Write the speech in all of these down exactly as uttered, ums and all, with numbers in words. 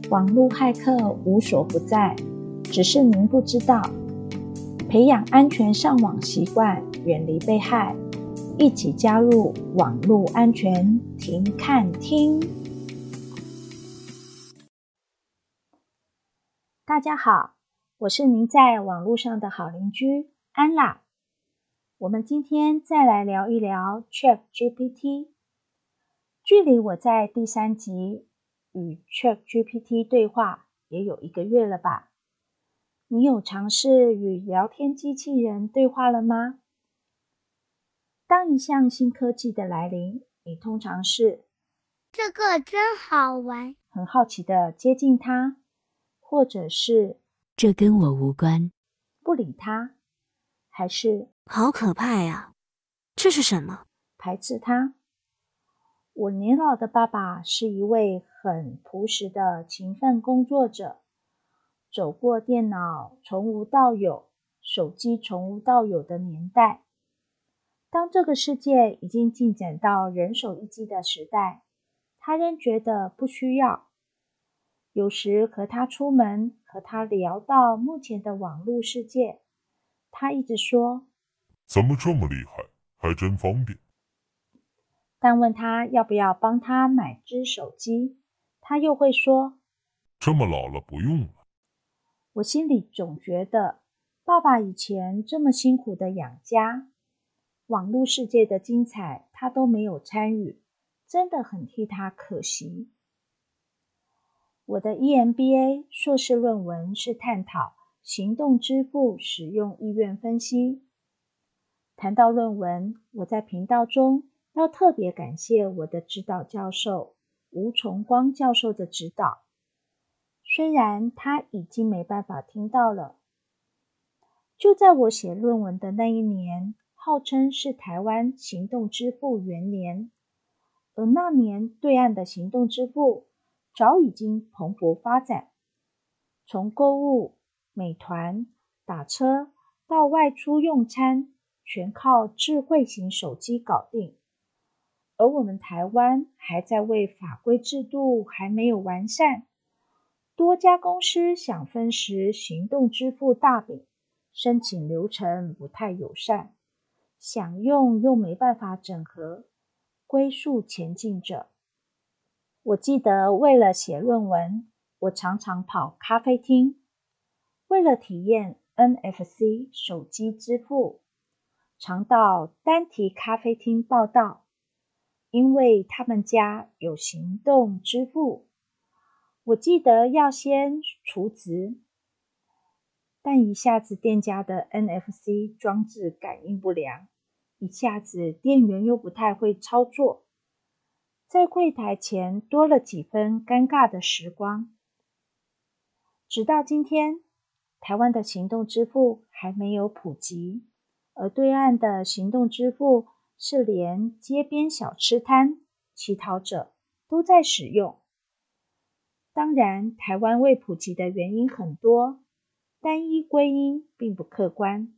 网络骇客无所不在，只是您不知道。培养安全上网习惯，远离被害，一起加入网络安全停看听。大家好，我是您在网络上的好邻居安啦。我们今天再来聊一聊 ChatGPT。距离我在第三集与 ChatGPT 对话也有一个月了吧？你有尝试与聊天机器人对话了吗？当一项新科技的来临，你通常是这个真好玩， 很好奇的接近它，或者是这跟我无关， 不理它，还是好可怕呀！这是什么？ 排斥它。我年老的爸爸是一位很朴实的勤奋工作者，走过电脑从无到有、手机从无到有的年代。当这个世界已经进展到人手一机的时代，他仍觉得不需要。有时和他出门，和他聊到目前的网络世界，他一直说： 怎么这么厉害，还真方便。 但问他要不要帮他买只手机，他又会说： 这么老了不用了。 我心里总觉得，爸爸以前这么辛苦的养家，网络世界的精彩他都没有参与，真的很替他可惜。我的 E M B A 硕士论文是探讨行动支付使用意愿分析。谈到论文，我在频道中要特别感谢我的指导教授吴崇光教授的指导，虽然他已经没办法听到了。就在我写论文的那一年，号称是台湾行动支付元年，而那年对岸的行动支付早已经蓬勃发展，从购物、美团、打车到外出用餐，全靠智慧型手机搞定。而我们台湾还在为法规制度还没有完善，多家公司想分食行动支付大饼，申请流程不太友善，想用又没办法整合，龟速前进着。我记得为了写论文，我常常跑咖啡厅，为了体验 N F C 手机支付，常到单体咖啡厅报到，因为他们家有行动支付。我记得要先储值，但一下子店家的 N F C 装置感应不良，一下子店员又不太会操作，在柜台前多了几分尴尬的时光。直到今天，台湾的行动支付还没有普及，而对岸的行动支付是连街边小吃摊、乞讨者都在使用。当然，台湾未普及的原因很多，单一归因并不客观。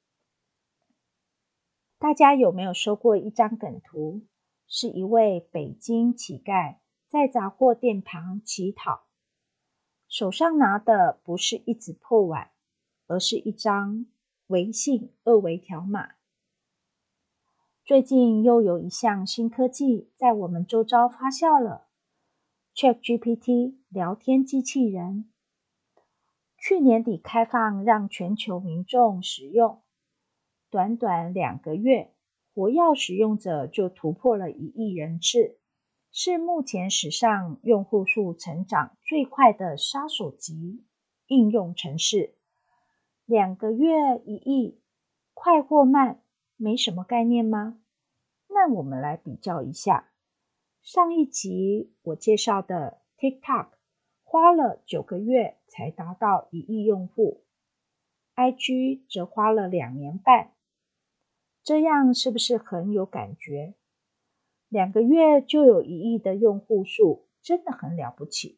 大家有没有收过一张梗图？是一位北京乞丐在杂货店旁乞讨，手上拿的不是一只破碗，而是一张微信二维条码。最近又有一项新科技在我们周遭发酵了， ChatGPT 聊天机器人。去年底开放让全球民众使用，短短两个月，活跃使用者就突破了一亿人次，是目前史上用户数成长最快的杀手级应用程式。两个月一亿，快或慢，没什么概念吗？那我们来比较一下。上一集我介绍的 TikTok 花了九个月才达到一亿用户， I G 则花了两年半。这样是不是很有感觉？两个月就有一亿的用户数，真的很了不起。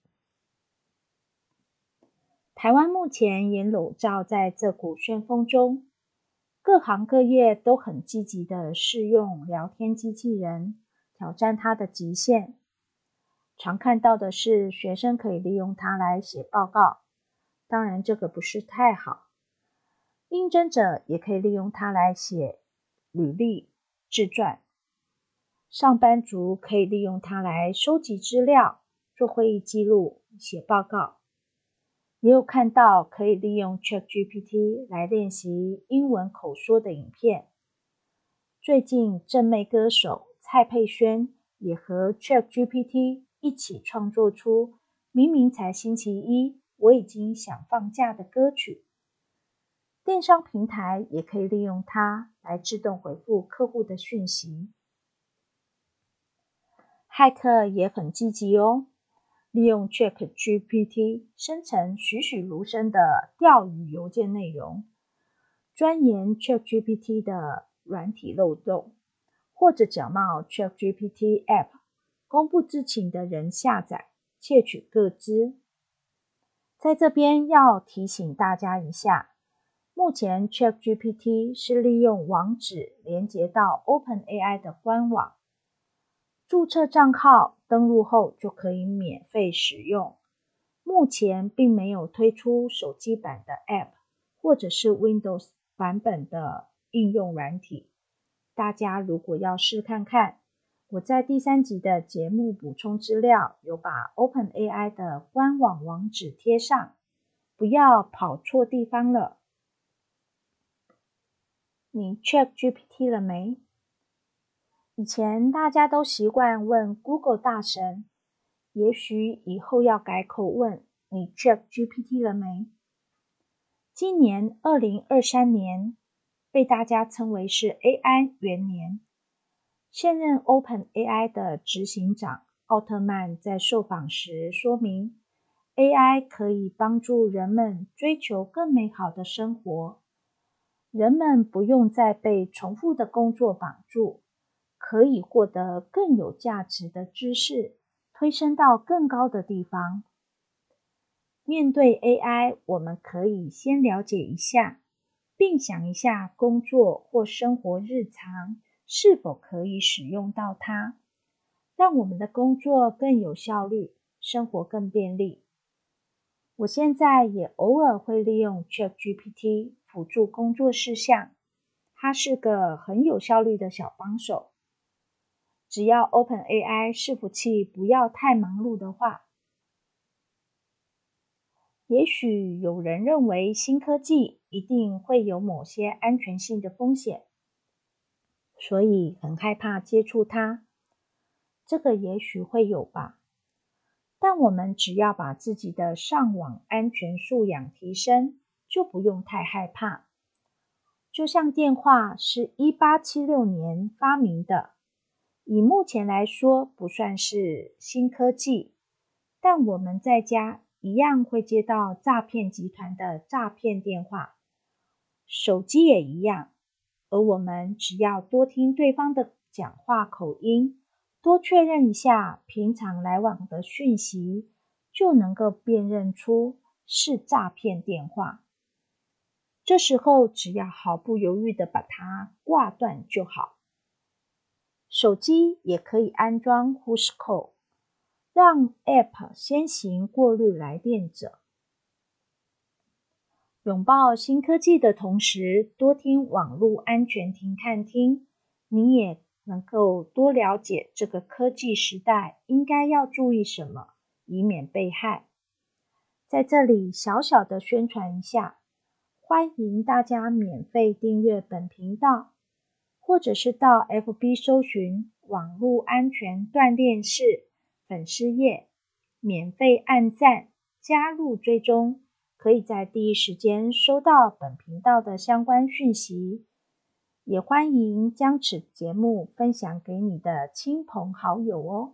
台湾目前也笼罩在这股旋风中，各行各业都很积极的试用聊天机器人，挑战它的极限。 常看到的是学生可以利用它来写报告，当然这个不是太好。应征者也可以利用它来写履历、自传。上班族可以利用它来收集资料、做会议记录、写报告。也有看到可以利用 ChatGPT 来练习英文口说的影片。最近正妹歌手蔡佩轩也和 ChatGPT 一起创作出明明才星期一，我已经想放假的歌曲。电商平台也可以利用它来自动回复客户的讯息。骇客也很积极哦，利用 ChatGPT 生成栩栩如生的钓鱼邮件内容，钻研 ChatGPT 的软体漏洞，或者假冒 ChatGPT App， 公布知情的人下载，窃取个资。在这边要提醒大家一下，目前 ChatGPT 是利用网址连接到 OpenAI 的官网，注册账号登录后就可以免费使用。目前并没有推出手机版的 App 或者是 Windows 版本的应用软体。大家如果要试看看，我在第三集的节目补充资料有把 OpenAI 的官网网址贴上，不要跑错地方了。你 ChatGPT 了没？以前大家都习惯问 Google 大神，也许以后要改口问你 ChatGPT 了没？今年二零二三年被大家称为是 A I 元年。现任 OpenAI 的执行长奥特曼在受访时说明， A I 可以帮助人们追求更美好的生活。人们不用再被重复的工作绑住，可以获得更有价值的知识，推升到更高的地方。面对 A I， 我们可以先了解一下，并想一下工作或生活日常是否可以使用到它，让我们的工作更有效率，生活更便利。我现在也偶尔会利用 ChatGPT 辅助工作事项，它是个很有效率的小帮手。只要 OpenAI 伺服器不要太忙碌的话。也许有人认为新科技一定会有某些安全性的风险，所以很害怕接触它。这个也许会有吧，但我们只要把自己的上网安全素养提升，就不用太害怕。就像电话是一八七六年发明的，以目前来说不算是新科技，但我们在家一样会接到诈骗集团的诈骗电话，手机也一样，而我们只要多听对方的讲话口音，多确认一下平常来往的讯息，就能够辨认出是诈骗电话。这时候只要毫不犹豫地把它挂断就好。手机也可以安装 Who's Call， 让 App 先行过滤来电者。拥抱新科技的同时，多听网络安全停看听，你也能够多了解这个科技时代应该要注意什么，以免被害。在这里小小的宣传一下，欢迎大家免费订阅本频道，或者是到 F B 搜寻网络安全锻炼室粉丝页，免费按赞，加入追踪，可以在第一时间收到本频道的相关讯息。也欢迎将此节目分享给你的亲朋好友哦。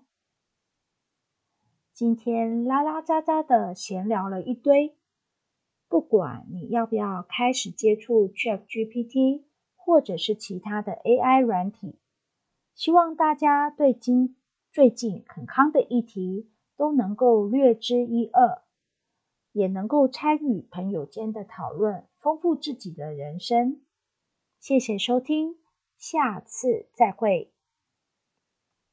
今天拉拉杂杂的闲聊了一堆，不管你要不要开始接触 ChatGPT 或者是其他的 A I 软体，希望大家对今最近很夯的议题都能够略知一二，也能够参与朋友间的讨论，丰富自己的人生。谢谢收听，下次再会。